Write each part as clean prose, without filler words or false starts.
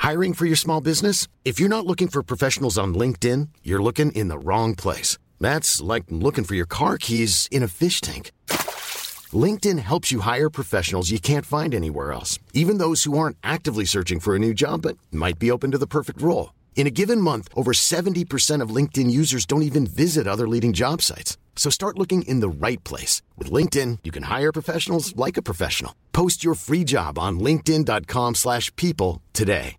Hiring for your small business? If you're not looking for professionals on LinkedIn, you're looking in the wrong place. That's like looking for your car keys in a fish tank. LinkedIn helps you hire professionals you can't find anywhere else, even those who aren't actively searching for a new job but might be open to the perfect role. In a given month, over 70% of LinkedIn users don't even visit other leading job sites. So start looking in the right place. With LinkedIn, you can hire professionals like a professional. Post your free job on linkedin.com/people today.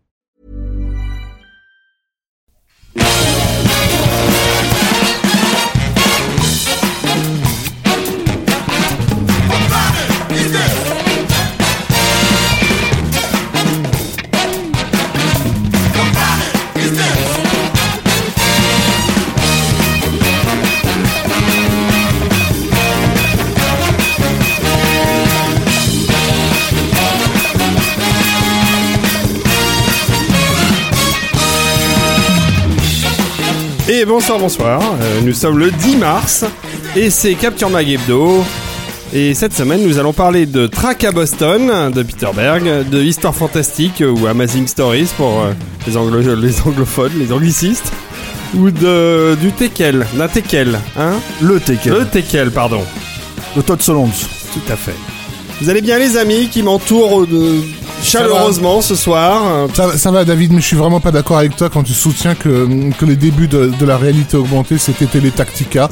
Et bonsoir, nous sommes le 10 mars et c'est Capture Mag Hebdo. Et cette semaine nous allons parler de Track à Boston de Peter Berg, de Histoire Fantastique ou Amazing Stories pour les anglophones, les anglicistes, ou du Tekel, d'un Tekel, hein. Le Tekel, pardon. Le Todd Solondz. Tout à fait. Vous allez bien les amis qui m'entourent chaleureusement ce soir. Ça va David, mais je suis vraiment pas d'accord avec toi quand tu soutiens que les débuts de la réalité augmentée c'était Télétactica.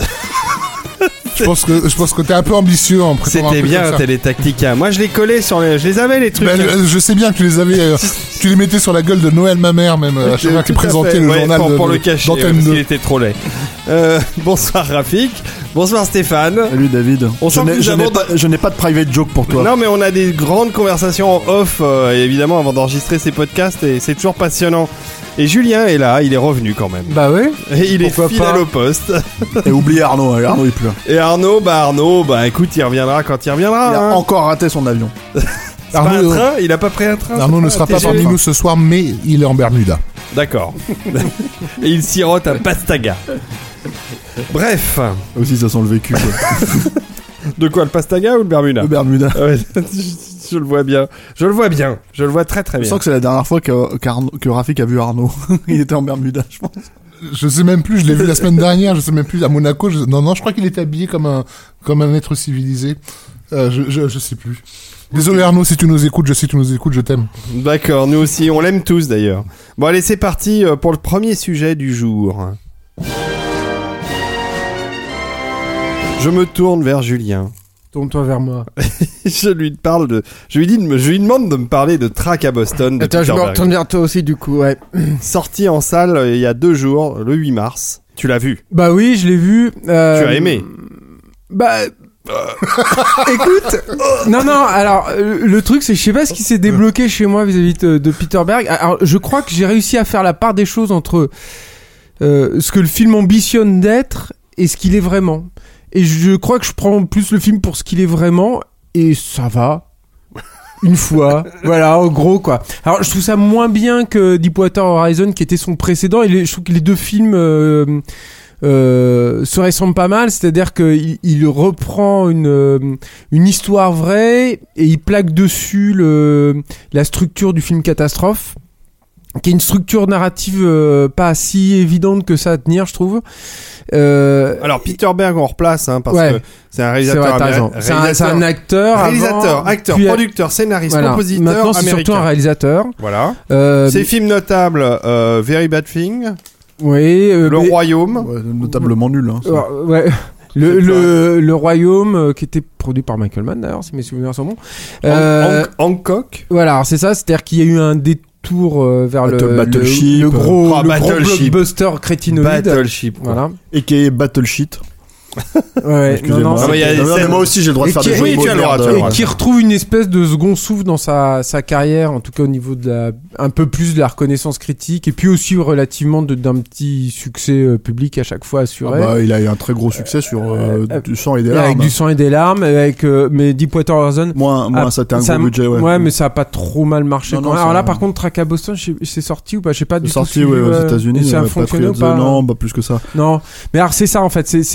Je pense que t'es un peu ambitieux en prétendant. C'était bien Télétactica. Moi je les collais je les avais les trucs. Je sais bien que tu les avais, tu les mettais sur la gueule de Noël ma mère même à chaque fois qu'il présentait le journal pour le cacher d'Antenne parce 2. qu'il était trop laid. Bonsoir Rafik. Bonsoir Stéphane. Salut David. Je n'ai pas de private joke pour toi. Non mais on a des grandes conversations en off évidemment avant d'enregistrer ces podcasts et c'est toujours passionnant. Et Julien est là, il est revenu quand même. Bah oui. Et il est fidèle au poste. Et oubliez Arnaud il pleut. Et Arnaud, écoute, il reviendra quand il reviendra. Il a encore raté son avion. Arnaud, pas un train, il a pas pris un train. Arnaud ne sera pas parmi nous ce soir, mais il est en Bermuda. D'accord. Et il sirote un pastaga. Bref. Aussi ça sent le vécu. Quoi. De quoi, le pastaga ou le Bermuda ? Le Bermuda. Ouais, je le vois bien. Je le vois très très bien. Je sens que c'est la dernière fois que Rafik a vu Arnaud. Il était en Bermuda, je pense. Je sais même plus, je l'ai vu la semaine dernière, je sais même plus, à Monaco. Non, je crois qu'il était habillé comme un être civilisé. Je sais plus. Désolé Arnaud, si tu nous écoutes, je t'aime. D'accord, nous aussi, on l'aime tous d'ailleurs. Bon allez, c'est parti pour le premier sujet du jour. Je me tourne vers Julien. Tourne-toi vers moi. Je lui demande de me parler de Track à Boston de Attends, Peter je me Berg. retourne vers toi aussi du coup, ouais. Sorti en salle il y a 2 jours, le 8 mars. Tu l'as vu ? Bah oui, je l'ai vu. Tu as aimé ? Bah... Écoute, non, alors le truc c'est je sais pas ce qui s'est débloqué chez moi vis-à-vis de Peter Berg. Alors je crois que j'ai réussi à faire la part des choses entre ce que le film ambitionne d'être et ce qu'il est vraiment. Et je crois que je prends plus le film pour ce qu'il est vraiment et ça va. Une fois, voilà, en gros quoi. Alors je trouve ça moins bien que Deepwater Horizon qui était son précédent et je trouve que les deux films se ressemble pas mal, c'est-à-dire qu'il reprend une histoire vraie et il plaque dessus la structure du film catastrophe, qui est une structure narrative pas si évidente que ça à tenir, je trouve. Alors Peter Berg on replace parce que c'est un réalisateur c'est un acteur, acteur, producteur, scénariste, compositeur maintenant c'est américain. surtout un réalisateur. Voilà. Ses films notables Very Bad Thing. Oui, Le Royaume, notablement nul. Hein, ouais. Le Royaume qui était produit par Michael Mann d'ailleurs, si mes souvenirs sont bons. Hancock. Voilà, alors c'est ça, c'est-à-dire qu'il y a eu un détour vers le gros blockbuster crétinoïde. Battleship, quoi. Voilà. Et qui est Battleshit. Ouais, excusez-moi. mais moi aussi j'ai le droit de faire des jeux de mots. Et qui retrouve une espèce de second souffle dans sa carrière, en tout cas au niveau de un peu plus de la reconnaissance critique, et puis aussi relativement d'un petit succès public à chaque fois assuré. Il a eu un très gros succès sur du sang et des larmes. Avec du sang et des larmes, mais Deepwater Horizon. Moins c'était un gros budget, ouais. Ouais, mais ça a pas trop mal marché. Non, alors là, par contre, Track à Boston, c'est sorti ou pas? Je sais pas du tout. C'est sorti, aux États-Unis. Ça a fonctionné ou pas? Non, pas plus que ça. Non, mais alors c'est ça en fait.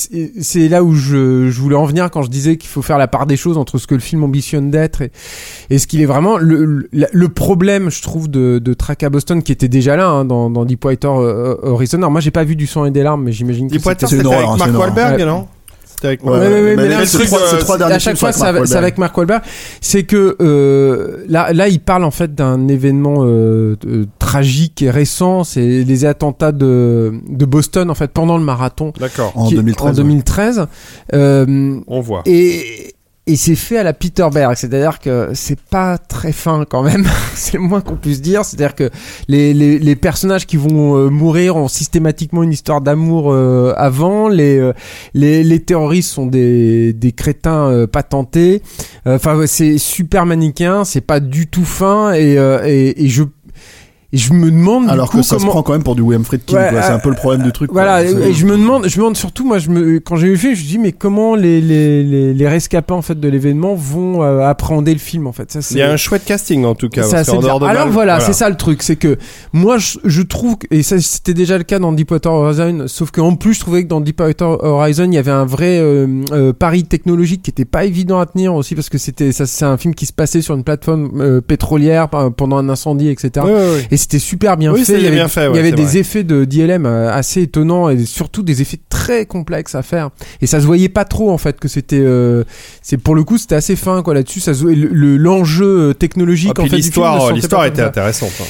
c'est là où je voulais en venir quand je disais qu'il faut faire la part des choses entre ce que le film ambitionne d'être et ce qu'il est vraiment. Le problème, je trouve, de Track à Boston, qui était déjà là dans Deepwater Horizon. Alors moi, j'ai pas vu du sang et des larmes, mais j'imagine que Deepwater, c'est c'était une avec horreur, Mark c'est une Wahlberg, horreur. non? C'était avec mais là, mais c'est ces trois à derniers chaque films fois, sont avec Mark c'est avec Mark Wahlberg. C'est que là, il parle en fait d'un événement tragique et récent. C'est les attentats de Boston en fait pendant le marathon. D'accord. En 2013. En 2013. On voit. Et c'est fait à la Peter Berg, c'est-à-dire que c'est pas très fin quand même, c'est le moins qu'on puisse dire. C'est-à-dire que les personnages qui vont mourir ont systématiquement une histoire d'amour avant. Les terroristes sont des crétins patentés. Enfin, c'est super manichéen, c'est pas du tout fin et je me demande Alors du coup, que ça comment... se prend quand même pour du William Friedkin, Ouais, quoi. C'est un peu le problème du truc. Voilà, quoi. et je me demande surtout, moi, quand j'ai vu le film, je me dis, mais comment les rescapés en fait de l'événement vont appréhender le film en fait. Ça, Il y a un chouette casting en tout cas. c'est parce assez qu'en bizarre. dehors de Alors mal- voilà, c'est ça le truc, c'est que moi je trouve et ça c'était déjà le cas dans Deepwater Horizon, sauf qu'en plus je trouvais que dans Deepwater Horizon il y avait un vrai pari technologique qui était pas évident à tenir aussi parce que c'est un film qui se passait sur une plateforme pétrolière pendant un incendie, etc. Ouais. Et c'était super bien Oui, fait. c'est Il y avait, bien fait, il y ouais, avait c'est des vrai. effets d'ILM assez étonnants et surtout des effets très complexes à faire. Et ça se voyait pas trop en fait que c'était. C'est pour le coup c'était assez fin quoi là-dessus. Ça se voyait l'enjeu technologique Ah, en puis fait. l'histoire du film, était comme ça. intéressante. Hein.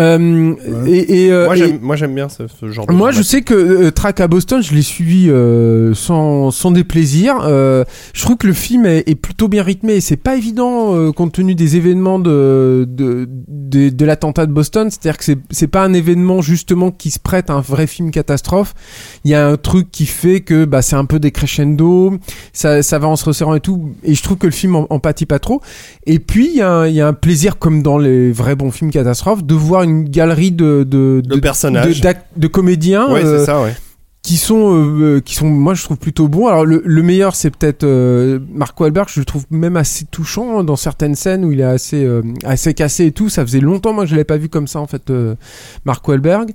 Moi j'aime bien ce genre de Moi, film. je sais que Track à Boston, je l'ai suivi sans déplaisir. Je trouve que le film est plutôt bien rythmé et c'est pas évident compte tenu des événements de l'attentat de Boston. C'est-à-dire que c'est pas un événement justement qui se prête à un vrai film catastrophe. Il y a un truc qui fait que c'est un peu des crescendo, ça va en se resserrant et tout. Et je trouve que le film en pâtit pas trop. Et puis il y a un plaisir comme dans les vrais bons films catastrophes de voir une galerie de personnages, de comédiens Ouais, c'est ça, ouais. qui sont moi je trouve plutôt bons. Alors le meilleur c'est peut-être Mark Wahlberg, je le trouve même assez touchant dans certaines scènes où il est assez cassé et tout. Ça faisait longtemps moi que je l'avais pas vu comme ça en fait, Mark Wahlberg.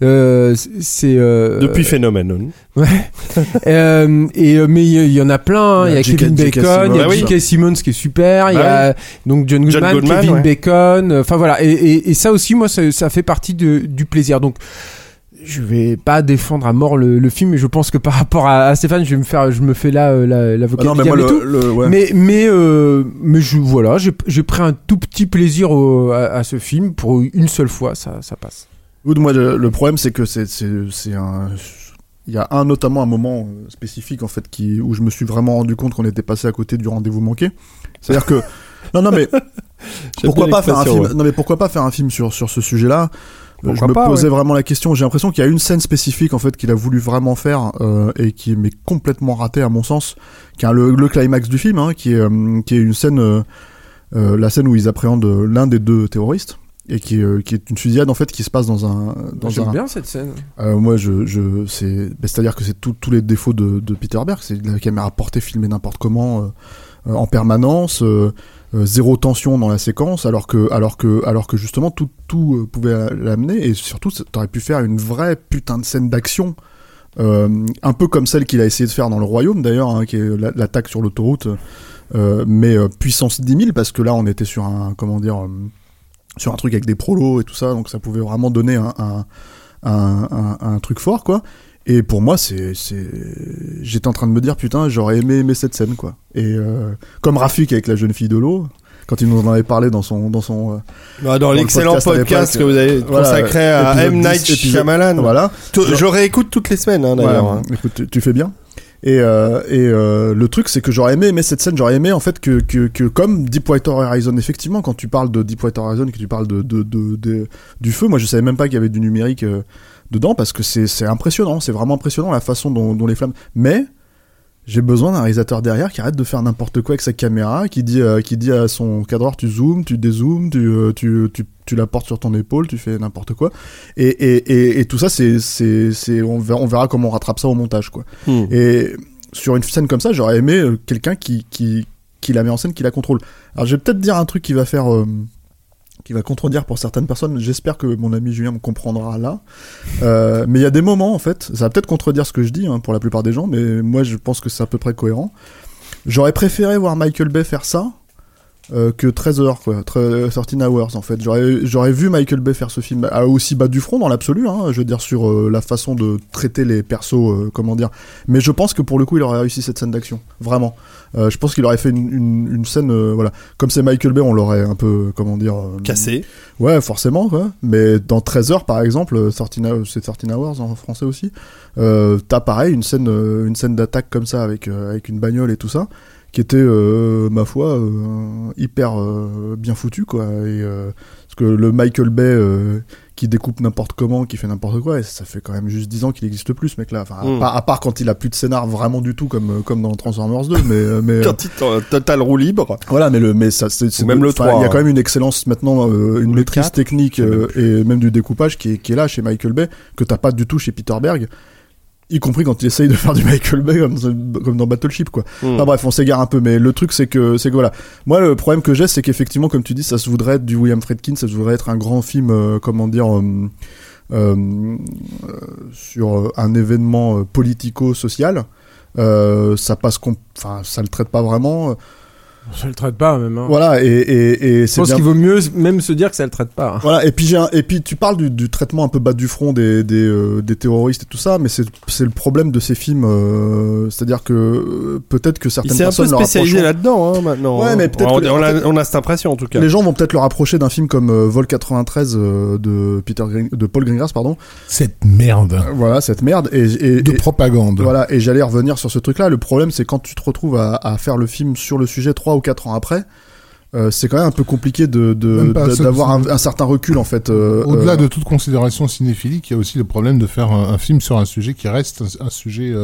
Depuis Phénomène. Ouais. Mais il y en a plein. Il y a Kevin Bacon, il y a J.K. Simmons qui est super. Il y a donc John Goodman, Kevin Bacon. Enfin voilà. Et ça aussi, moi, ça fait partie du plaisir. Donc, je vais pas défendre à mort le film, mais je pense que par rapport à Stéphane, je me fais là l'avocat non, du mais moi, diable et tout. ouais. Mais j'ai pris un tout petit plaisir à ce film pour une seule fois. Ça passe. Moi, le problème, c'est que il y a notamment un moment spécifique en fait où je me suis vraiment rendu compte qu'on était passé à côté du rendez-vous manqué. C'est-à-dire que non mais pourquoi pas faire un film Non mais pourquoi pas faire un film sur ce sujet-là. Je me posais vraiment la question. J'ai l'impression qu'il y a une scène spécifique en fait qu'il a voulu vraiment faire et qui m'est complètement ratée à mon sens, qui est le climax du film, qui est une scène, la scène où ils appréhendent l'un des deux terroristes. Et qui est une fusillade en fait qui se passe dans un. J'aime bien cette scène. Moi, c'est-à-dire que c'est tous les défauts de Peter Berg. C'est la caméra portée, filmée n'importe comment, en permanence, zéro tension dans la séquence, alors que justement tout pouvait l'amener. Et surtout, t'aurais pu faire une vraie putain de scène d'action, un peu comme celle qu'il a essayé de faire dans Le Royaume d'ailleurs, qui est l'attaque sur l'autoroute, mais puissance 10 000 parce que là, on était sur sur un truc avec des prolos et tout ça, donc ça pouvait vraiment donner un truc fort, quoi. Et pour moi, j'étais en train de me dire, putain, j'aurais aimé cette scène, quoi. Et comme Rafik avec la jeune fille de l'eau, quand il nous en avait parlé dans l'excellent podcast que vous avez consacré à M. Night Shyamalan. Voilà. Je réécoute toutes les semaines, d'ailleurs. Voilà. Écoute, tu fais bien. Et le truc, c'est que j'aurais aimé cette scène, j'aurais aimé en fait que comme Deepwater Horizon, effectivement, quand tu parles de Deepwater Horizon, que tu parles du feu, moi je savais même pas qu'il y avait du numérique dedans, parce que c'est impressionnant, c'est vraiment impressionnant la façon dont les flammes. Mais j'ai besoin d'un réalisateur derrière qui arrête de faire n'importe quoi avec sa caméra, qui dit à son cadreur, tu zoomes, tu dézoomes, tu la portes sur ton épaule, tu fais n'importe quoi. Et tout ça, on verra comment on rattrape ça au montage, quoi. Et sur une scène comme ça, j'aurais aimé quelqu'un qui la met en scène, qui la contrôle. Alors je vais peut-être dire un truc qui va faire qui va contredire pour certaines personnes. J'espère que mon ami Julien me comprendra là. Mais il y a des moments, en fait, ça va peut-être contredire ce que je dis pour la plupart des gens, mais moi je pense que c'est à peu près cohérent. J'aurais préféré voir Michael Bay faire ça que 13 heures, quoi. 13 hours, en fait. J'aurais vu Michael Bay faire ce film aussi bas du front dans l'absolu, je veux dire, sur la façon de traiter les persos, comment dire. Mais je pense que pour le coup, il aurait réussi cette scène d'action. Vraiment. Je pense qu'il aurait fait une scène, voilà. Comme c'est Michael Bay, on l'aurait un peu, comment dire... Cassé. Ouais, forcément, quoi. Mais dans 13 heures, par exemple, c'est 13 hours en français aussi, t'as pareil, une scène d'attaque comme ça, avec une bagnole et tout ça, qui était, ma foi, hyper bien foutu, quoi. Et, parce que le Michael Bay qui découpe n'importe comment, qui fait n'importe quoi, et ça fait quand même juste 10 ans qu'il existe plus, ce mec-là. Enfin, à part quand il a plus de scénar vraiment du tout, comme dans Transformers 2, mais quand il total roue libre. Voilà, mais ça, c'est même le 3. Il y a quand même une excellence maintenant, une maîtrise 4, technique et même du découpage qui est là chez Michael Bay, que t'as pas du tout chez Peter Berg. Y compris quand il essaye de faire du Michael Bay comme dans Battleship, quoi. Enfin bref, on s'égare un peu, mais le truc c'est que voilà. Moi, le problème que j'ai, c'est qu'effectivement, comme tu dis, ça se voudrait être du William Friedkin, ça se voudrait être un grand film, comment dire, sur un événement politico-social. Ça passe, enfin, ça le traite pas vraiment. Ça le traite pas, même. Voilà, et je pense qu'il vaut mieux même se dire que ça le traite pas. Voilà, et puis tu parles du traitement un peu bas du front des terroristes et tout ça, mais c'est le problème de ces films, c'est-à-dire que peut-être que certaines personnes leur approcheront... C'est un peu spécialisé là-dedans, maintenant. Ouais, mais peut-être on a cette impression, en tout cas. Les gens vont peut-être leur approcher d'un film comme Vol 93 de Paul Greengrass, pardon. Cette merde. Voilà, cette merde. De propagande. Voilà, et j'allais revenir sur ce truc-là. Le problème, c'est quand tu te retrouves à faire le film sur le sujet 3 ou 4 ans après, c'est quand même un peu compliqué d'avoir un certain recul, en fait. Au-delà de toute considération cinéphilique, il y a aussi le problème de faire un film sur un sujet qui reste un sujet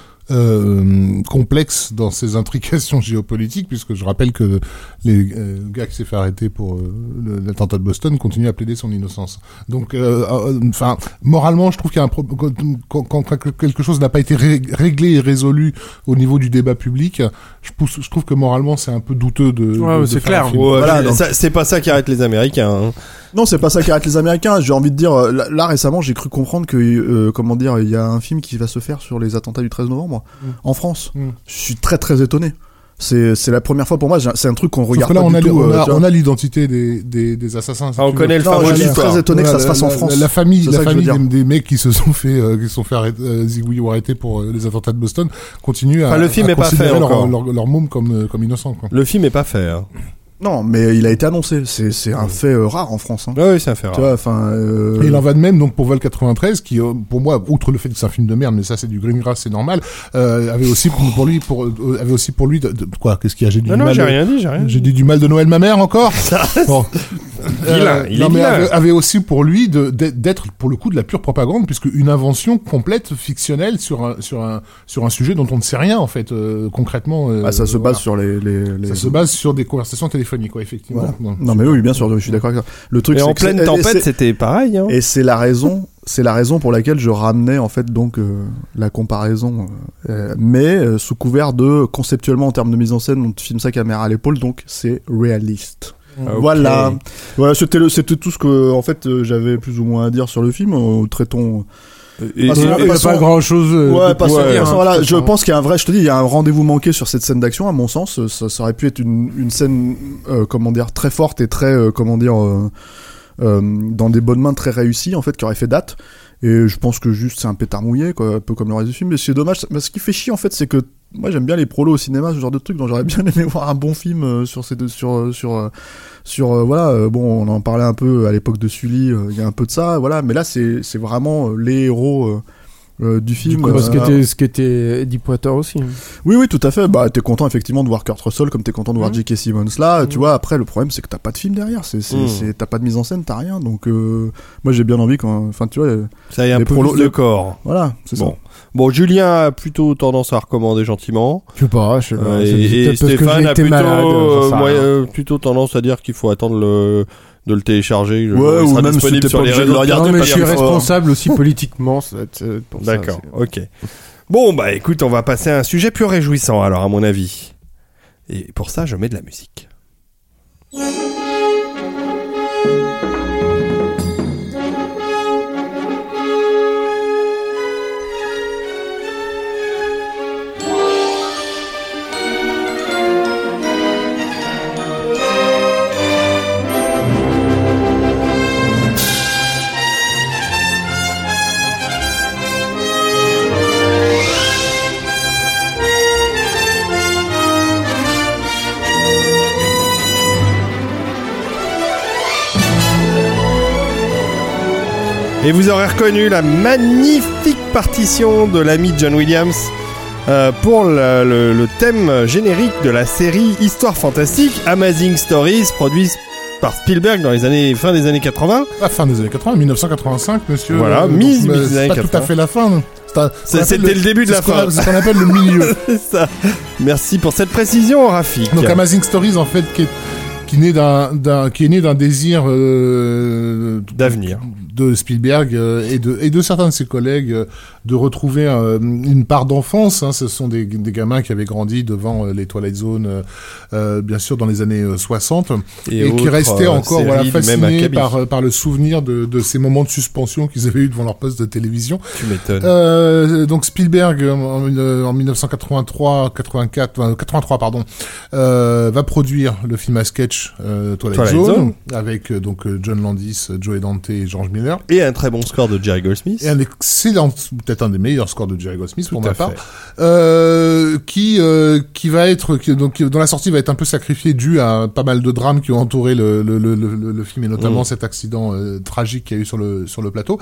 complexe dans ses intrications géopolitiques, puisque je rappelle que les gars qui s'est fait arrêter pour l'attentat de Boston continuent à plaider son innocence. Donc, enfin, moralement, je trouve qu'il y a quand quelque chose n'a pas été réglé et résolu au niveau du débat public, je trouve que moralement c'est un peu douteux de. Ouais, c'est clair. Ouais, voilà, c'est pas ça qui arrête les Américains. Hein. Non, c'est pas ça qui arrête les Américains. J'ai envie de dire, là récemment, j'ai cru comprendre que, comment dire, il y a un film qui va se faire sur les attentats du 13 novembre en France. Je suis très très étonné. C'est la première fois pour moi. C'est un truc qu'on regarde là, pas du tout. On a l'identité des assassins. On connaît le fameux. Je suis très étonné que ça se fasse en France. La famille des mecs qui se sont fait zigouiller ou arrêter pour les attentats de Boston continue à le film est pas fait encore. Leur môme comme innocent. Quoi. Le film est pas fait. Hein. Non, mais il a été annoncé. C'est un fait rare en France. Hein. Oui, c'est un fait rare. Tu vois, enfin. Et il en va de même donc pour Vol 93, qui pour moi, outre le fait que c'est un film de merde, mais ça c'est du Greengrass, c'est normal. Avait aussi pour lui quoi. Qu'est-ce qu'il y a? J'ai dit j'ai rien dit. J'ai dit du mal de Noël ma mère encore. Bon. Avait aussi pour lui d'être pour le coup de la pure propagande, puisque une invention complète fictionnelle sur un sujet dont on ne sait rien en fait concrètement. Ça se base sur ça se base sur des conversations téléphoniques, quoi, effectivement. Voilà. Non mais oui, bien sûr, je suis d'accord avec ça. Le truc, et en pleine tempête, c'était pareil. Hein. Et c'est la raison pour laquelle je ramenais en fait donc la comparaison, mais sous couvert de conceptuellement en termes de mise en scène, on filme sa caméra à l'épaule, donc c'est réaliste. Okay. Voilà, c'était tout ce que en fait j'avais plus ou moins à dire sur le film. Traitons. Il n'y a pas grand chose. Voilà, je pense qu'il y a il y a un rendez-vous manqué sur cette scène d'action, à mon sens. Ça aurait pu être une scène, comment dire, très forte et très, comment dire, dans des bonnes mains, très réussies, en fait, qui aurait fait date. Et je pense que juste c'est un pétard mouillé, quoi, un peu comme le reste du film. Mais c'est dommage. Mais ce qui fait chier, en fait, c'est que moi j'aime bien les prolos au cinéma, ce genre de truc, donc j'aurais bien aimé voir un bon film voilà, bon, on en parlait un peu à l'époque de Sully, il y a un peu de ça, voilà, mais là c'est vraiment les héros du film. Ce qu'était Deepwater aussi. Oui, tout à fait. Bah, t'es content effectivement de voir Kurt Russell, comme t'es content de voir J.K. Simmons là. Tu vois, après le problème c'est que t'as pas de film derrière. T'as pas de mise en scène, t'as rien. Donc moi j'ai bien envie enfin tu vois. Ça y est un peu plus de corps. Voilà, c'est ça. Bon, Julien a plutôt tendance à recommander gentiment. Je sais pas. Et Stéphane a plutôt tendance à dire qu'il faut attendre de le télécharger. Ou même disponible sur les réseaux. Non, mais je suis responsable aussi politiquement. D'accord, ok. Bon, bah écoute, on va passer à un sujet plus réjouissant alors, à mon avis. Et pour ça, je mets de la musique. Et vous aurez reconnu la magnifique partition de l'ami John Williams pour le thème générique de la série Histoire fantastique Amazing Stories, produite par Spielberg dans les fin des années 80. La fin des années 80, 1985, monsieur. Voilà, mise des années pas 80. tout à fait la fin. C'était le début de la fin. C'est ce qu'on appelle le milieu. C'est ça. Merci pour cette précision, Rafik. Donc Amazing Stories, en fait, qui est né d'un désir d'avenir de Spielberg et de certains de ses collègues de retrouver une part d'enfance. Hein. Ce sont des gamins qui avaient grandi devant les Twilight Zone, bien sûr, dans les années 60, et qui restaient encore fascinés par le souvenir de ces moments de suspension qu'ils avaient eu devant leur poste de télévision. Tu m'étonnes. Donc Spielberg, en 1983, va produire le film à sketch Twilight Zone avec John Landis, Joe Dante et George Miller. Et un très bon score de Jerry Goldsmith. Et un excellent, peut-être un des meilleurs scores de Jerry Goldsmith pour ma part, qui va être, dont la sortie va être un peu sacrifiée dû à pas mal de drames qui ont entouré le film, et notamment cet accident tragique qu'il y a eu sur le plateau,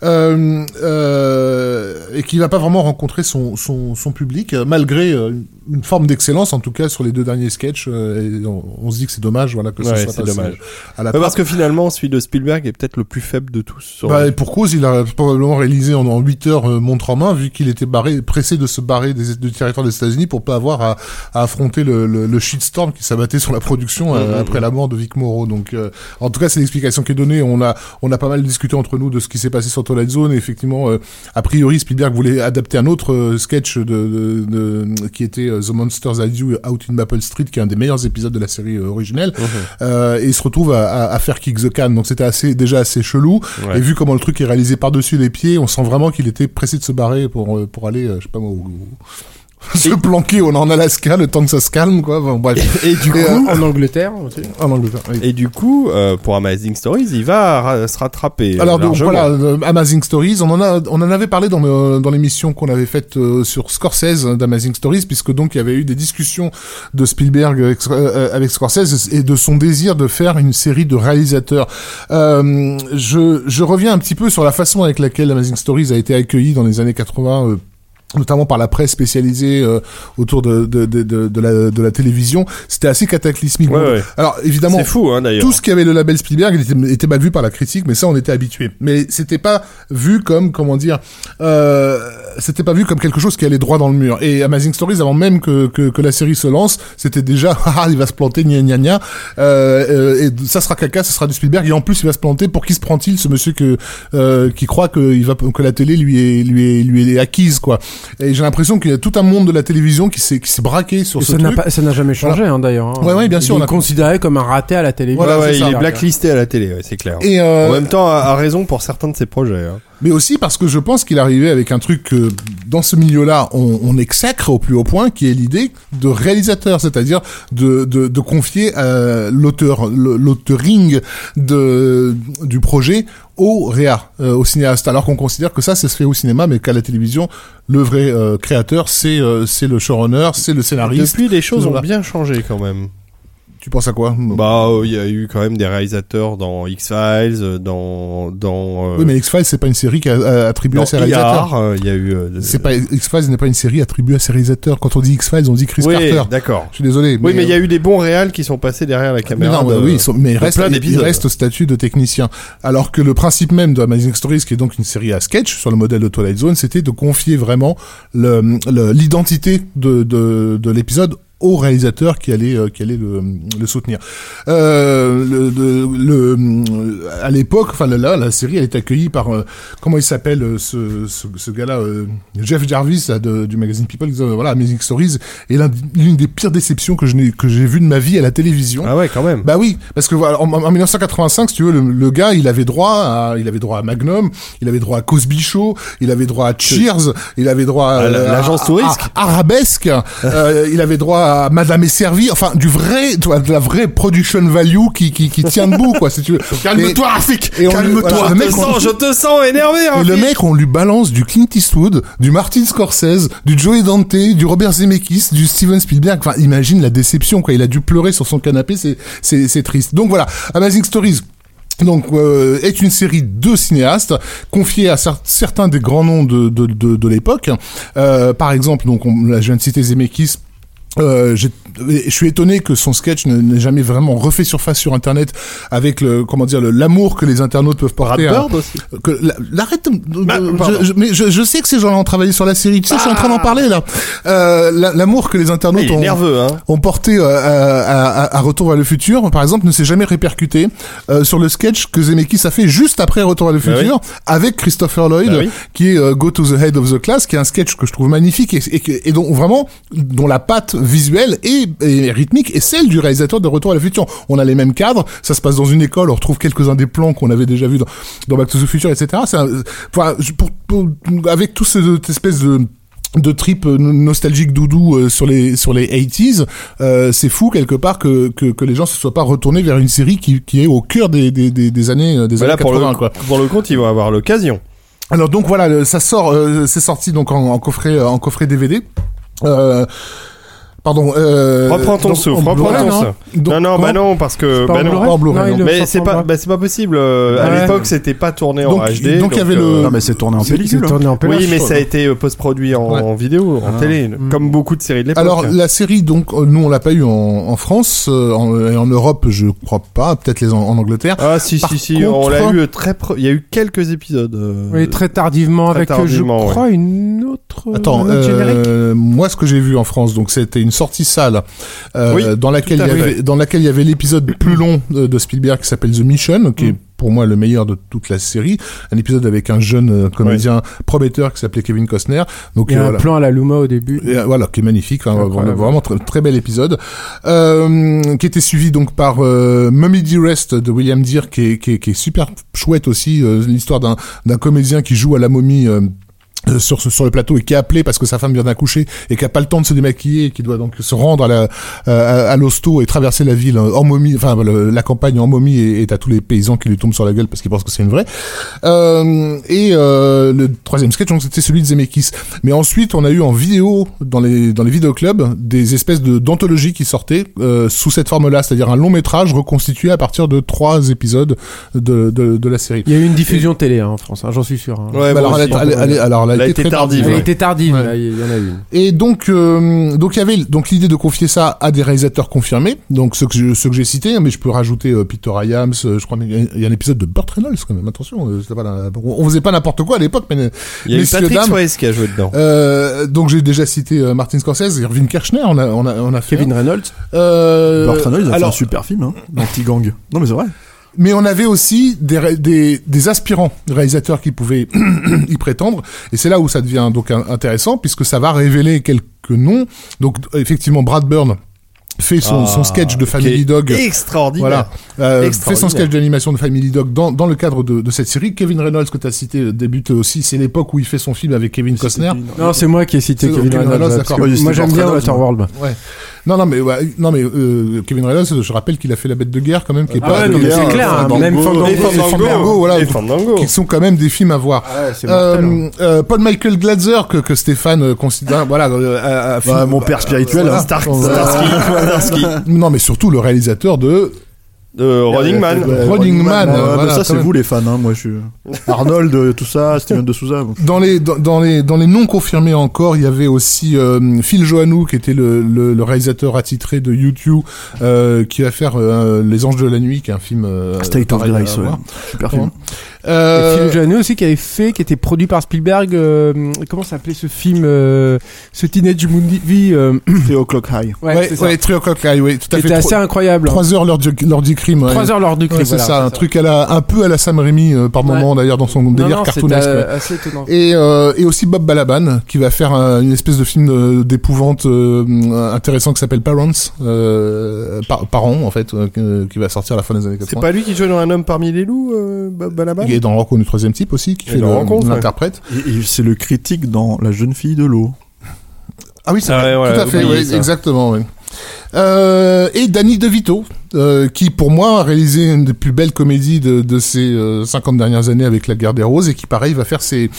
et qui va pas vraiment rencontrer son public, malgré une forme d'excellence, en tout cas sur les 2 derniers sketchs. On se dit que c'est dommage, voilà, que ça soit passé dommage. À la parce que finalement, celui de Spielberg est peut-être le plus faible de tous. Et pour cause, il a probablement réalisé en 8 heures montre en main, vu qu'il était pressé de se barrer du territoire des États-Unis pour pas avoir à affronter le shitstorm qui s'abattait sur la production après la mort de Vic Morrow. Donc, en tout cas, c'est l'explication qui est donnée. On a pas mal discuté entre nous de ce qui s'est passé sur Twilight Zone. Et effectivement, a priori, Spielberg voulait adapter un autre sketch qui était The Monsters Had You Out in Maple Street, qui est un des meilleurs épisodes de la série originelle. Et il se retrouve à faire Kick the Can. Donc c'était déjà assez chelou. Ouais. Et vu comment le truc est réalisé par-dessus les pieds, on sent vraiment qu'il était pressé de se barrer pour aller, je sais pas moi, se planquer en Alaska le temps que ça se calme, quoi. Enfin, bref. Et du coup, en Angleterre aussi. En Angleterre, oui. Et du coup, pour Amazing Stories, il va se rattraper. Alors donc, voilà, Amazing Stories, on en avait parlé dans l'émission qu'on avait faite sur Scorsese d'Amazing Stories, puisque donc il y avait eu des discussions de Spielberg avec Scorsese et de son désir de faire une série de réalisateurs. Je reviens un petit peu sur la façon avec laquelle Amazing Stories a été accueilli dans les années 80. Notamment par la presse spécialisée autour de la télévision. C'était assez cataclysmique. Ouais. Alors évidemment, c'est fou, hein, d'ailleurs. Tout ce qui avait le label Spielberg était mal vu par la critique, mais ça on était habitué. Mais c'était pas vu comme c'était pas vu comme quelque chose qui allait droit dans le mur. Et Amazing Stories, avant même que la série se lance, c'était déjà il va se planter, gna gna gna, et ça sera caca, ça sera du Spielberg, et en plus il va se planter. Pour qui se prend-il, ce monsieur qui croit que la télé lui est acquise, quoi. Et j'ai l'impression qu'il y a tout un monde de la télévision qui s'est braqué sur ce truc. Ça n'a jamais changé, hein, d'ailleurs. Hein. Ouais, bien sûr. Il est considéré comme un raté à la télévision. Voilà, il est blacklisté à la télé, ouais, c'est clair. Et en même temps, a raison pour certains de ses projets. Hein. Mais aussi parce que je pense qu'il arrivait avec un truc que, dans ce milieu-là, on exècre au plus haut point, qui est l'idée de réalisateur, c'est-à-dire de confier l'auteuring du projet au réa, au cinéaste, alors qu'on considère que ça se fait au cinéma, mais qu'à la télévision, le vrai créateur, c'est le showrunner, c'est le scénariste. Depuis, les choses ont bien changé quand même. Tu penses à quoi? Il y a eu quand même des réalisateurs dans X-Files, dans Oui, mais X-Files, c'est pas une série qui a attribuée à ses réalisateurs. Il y a eu X-Files n'est pas une série attribuée à ses réalisateurs. Quand on dit X-Files, on dit Chris Carter. D'accord. Je suis désolé. Oui, mais il y a eu des bons réals qui sont passés derrière la caméra. Mais il reste au statut de technicien. Alors que le principe même de Amazing Stories, qui est donc une série à sketch sur le modèle de Twilight Zone, c'était de confier vraiment l'identité de l'épisode au réalisateur qui allait le soutenir. À l'époque, la série elle est accueillie par comment il s'appelle ce gars-là, Jeff Jarvis là, du magazine People. Voilà, Amazing Stories est l'une des pires déceptions que j'ai vues de ma vie à la télévision. Ah ouais, quand même. Bah oui, parce que voilà, en 1985, si tu veux, le gars, il avait droit à Magnum, il avait droit à Cosby Show, il avait droit à Cheers, il avait droit à l'agence touriste, Arabesque, il avait droit à Madame est servie, enfin de la vraie production value qui tient debout, quoi, si tu veux. Calme-toi, Rafik. Calme-toi. Voilà, je te sens énervé, Rafik. Et le mec, on lui balance du Clint Eastwood, du Martin Scorsese, du Joe Dante, du Robert Zemeckis, du Steven Spielberg. Enfin, imagine la déception, quoi. Il a dû pleurer sur son canapé, c'est triste. Donc voilà, Amazing Stories. Donc est une série de cinéastes confiée à certains des grands noms de l'époque. Par exemple, donc là, je viens de citer Zemeckis. Je suis étonné que son sketch n'ait jamais vraiment refait surface sur Internet avec l'amour que les internautes peuvent porter. Brad Bird aussi. L'arrête. Mais je sais que ces gens-là ont travaillé sur la série. Tu sais, je suis en train d'en parler là. L'amour que les internautes ont porté à Retour vers le futur, par exemple, ne s'est jamais répercuté sur le sketch que Zemeckis a fait juste après Retour vers le futur avec Christopher Lloyd, qui est Go to the Head of the Class, qui est un sketch que je trouve magnifique et dont la patte visuelle et rythmique est celle du réalisateur de Retour à le futur. On a les mêmes cadres, ça se passe dans une école, on retrouve quelques-uns des plans qu'on avait déjà vus dans Back to the Future, etc. Avec toute cette espèce de trip nostalgique doudou sur les 80s, c'est fou quelque part que les gens se soient pas retournés vers une série qui est au cœur des années 80. Pour le compte, ils vont avoir l'occasion. Alors donc voilà, ça sort, c'est sorti donc en coffret DVD. Pardon. Reprends ton souffle. Non, parce que en Blu-ray. Mais c'est pas possible. À l'époque, c'était pas tourné en HD. Donc il y avait Non, mais c'est tourné en pellicule. Oui, mais ça a été post-produit en vidéo, en télé, comme beaucoup de séries de l'époque. Alors la série, donc nous on l'a pas eu en France, en Europe, je crois pas, peut-être en Angleterre. Ah si, on l'a eu il y a eu quelques épisodes. Oui, très tardivement avec je crois une autre. Attends, moi ce que j'ai vu en France, donc c'était une sortie salle dans laquelle il y avait l'épisode plus long de Spielberg qui s'appelle The Mission, qui est pour moi le meilleur de toute la série, un épisode avec un jeune comédien prometteur qui s'appelait Kevin Costner. Donc il y a un plan à la Luma au début. Qui est magnifique, vraiment très bel épisode, qui était suivi donc par Mummy Dearest de William Dear, qui est super chouette aussi, l'histoire d'un comédien qui joue à la momie sur le plateau et qui est appelé parce que sa femme vient d'accoucher et qui a pas le temps de se démaquiller et qui doit donc se rendre à l'hosto et traverser la ville en momie, la campagne en momie, et t'as tous les paysans qui lui tombent sur la gueule parce qu'ils pensent que c'est une vraie. Le troisième sketch, donc, c'était celui de Zemeckis. Mais ensuite, on a eu en vidéo dans les vidéoclubs des espèces d'anthologies qui sortaient sous cette forme-là, c'est-à-dire un long métrage reconstitué à partir de 3 épisodes de la série. Il y a eu une diffusion télé en France, j'en suis sûr. Ouais, alors elle a été tardive. Elle a été tardive, ouais. Là, il y en a une. Et donc il y avait l'idée de confier ça à des réalisateurs confirmés, donc ceux que j'ai cités, mais je peux rajouter Peter Hyams, je crois, mais il y a un épisode de Burt Reynolds quand même, attention, on faisait pas n'importe quoi à l'époque, mais il y a eu Patrick Swayze qui a joué dedans. Donc j'ai déjà cité Martin Scorsese, Irving Kershner, on a fait Kevin Reynolds. Burt Reynolds a fait un super film, Anti-Gang. Non mais c'est vrai. Mais on avait aussi des aspirants réalisateurs qui pouvaient y prétendre, et c'est là où ça devient donc intéressant, puisque ça va révéler quelques noms. Donc effectivement, Brad Bird fait son sketch de Family Dog extraordinaire. Voilà, fait son sketch d'animation de Family Dog dans le cadre de cette série. Kevin Reynolds, que tu as cité, débute aussi, c'est l'époque où il fait son film avec Kevin Costner. Non, c'est moi qui ai cité Kevin Reynolds. D'accord. Moi j'aime bien Waterworld. Ouais. Non mais Kevin Reynolds, je rappelle qu'il a fait La Bête de guerre quand même, qui est pas c'est clair, même Fandango, voilà, qui sont quand même des films à voir. C'est mortel, Paul Michael Glatzer, que Stéphane considère, mon père spirituel, Starsky. Non, mais surtout le réalisateur de Running Man. Running Man. Voilà, ça c'est vous les fans, moi je suis Arnold, tout ça, Steven de Souza. Dans les non confirmés encore, il y avait aussi Phil Joannou, qui était le réalisateur attitré de U2, qui va faire Les Anges de la Nuit, qui est un film State of Grace, super film. Et Phil Joannou aussi qui était produit par Spielberg. Comment s'appelait ce film, ce Teenage Movie 3 O'Clock High. Ouais, 3 O'Clock High, oui, tout à fait. C'était assez incroyable. 3 heures l'heure du crime. 3 heures l'heure du crime. C'est ça, un truc un peu à la Sam Raimi par moment d'ailleurs dans son délire cartoonesque. Assez étonnant. Et aussi Bob Balaban, qui va faire une espèce de film d'épouvante intéressant qui s'appelle Parents, Parents en fait, qui va sortir à la fin des années 80. C'est pas lui qui joue dans Un homme parmi les loups, Bob Balaban? Il est dans Rencontre du troisième type aussi, qui fait l'interprète. Et c'est le critique dans La jeune fille de l'eau. Ah oui, c'est vrai, tout à fait, exactement, oui. Et Danny DeVito, qui pour moi a réalisé une des plus belles comédies de ces 50 dernières années avec La Guerre des Roses, et qui pareil va faire ses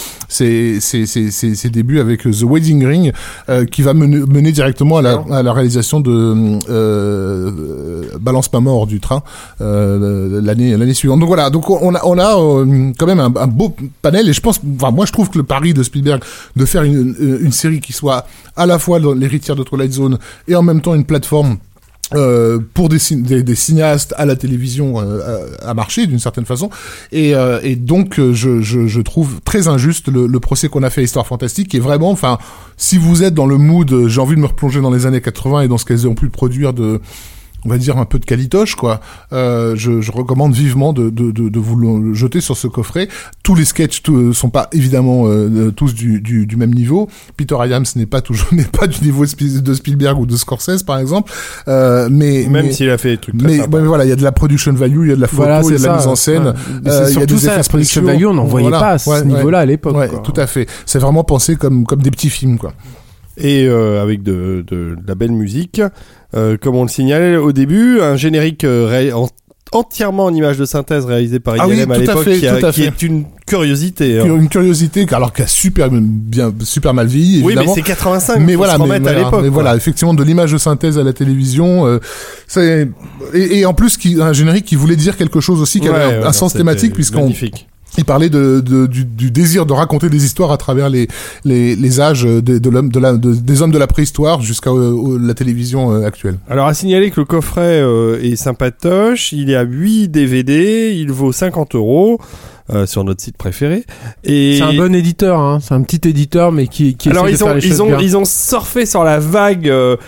débuts avec The Wedding Ring, qui va mener directement à la réalisation de Balance pas mort du train l'année suivante. Donc voilà, donc on a quand même un beau panel, et je pense, enfin moi je trouve que le pari de Spielberg de faire une série qui soit à la fois l'héritière de Twilight Zone et en même temps une plateforme pour des cinéastes à la télévision a marché d'une certaine façon, et donc je trouve très injuste le procès qu'on a fait à Histoire Fantastique, qui est vraiment, enfin, si vous êtes dans le mood j'ai envie de me replonger dans les années 80 et dans ce qu'elles ont pu produire de, on va dire, un peu de calitoche, quoi. Je recommande vivement de vous le jeter sur ce coffret. Tous les sketchs sont pas évidemment tous du même niveau. Peter Iams n'est pas du niveau de Spielberg ou de Scorsese, par exemple. Mais s'il a fait des trucs très mais sympas. voilà, il y a de la production value, il y a de la photo, Voilà, il y a de c'est la ça, mise en scène. ouais. Mais c'est Il y a surtout des ça, effets la production spéciaux. value, on n'en voyait Voilà, pas à ce niveau-là à l'époque. Ouais, quoi. tout à fait. C'est vraiment pensé comme des petits films, quoi. Et avec de la belle musique. Comme on le signalait au début, un générique entièrement en images de synthèse réalisé par ILM à l'époque, qui est une curiosité. Une curiosité, alors qu'elle a super mal vieilli, évidemment. Oui, mais c'est 85. Mais faut voilà, se remettre à l'époque. mais quoi. voilà, effectivement, de l'image de synthèse à la télévision, et en plus un générique qui voulait dire quelque chose aussi, qui avait un sens thématique, puisqu'on magnifique. il parlait du désir de raconter des histoires à travers les âges des hommes de la préhistoire jusqu'à la télévision actuelle. Alors, à signaler que le coffret est sympatoche. Il y a 8 DVD. Il vaut 50 € sur notre site préféré. Et C'est un bon éditeur, hein. C'est un petit éditeur, mais qui alors essaie de faire les choses bien. ils ont surfé sur la vague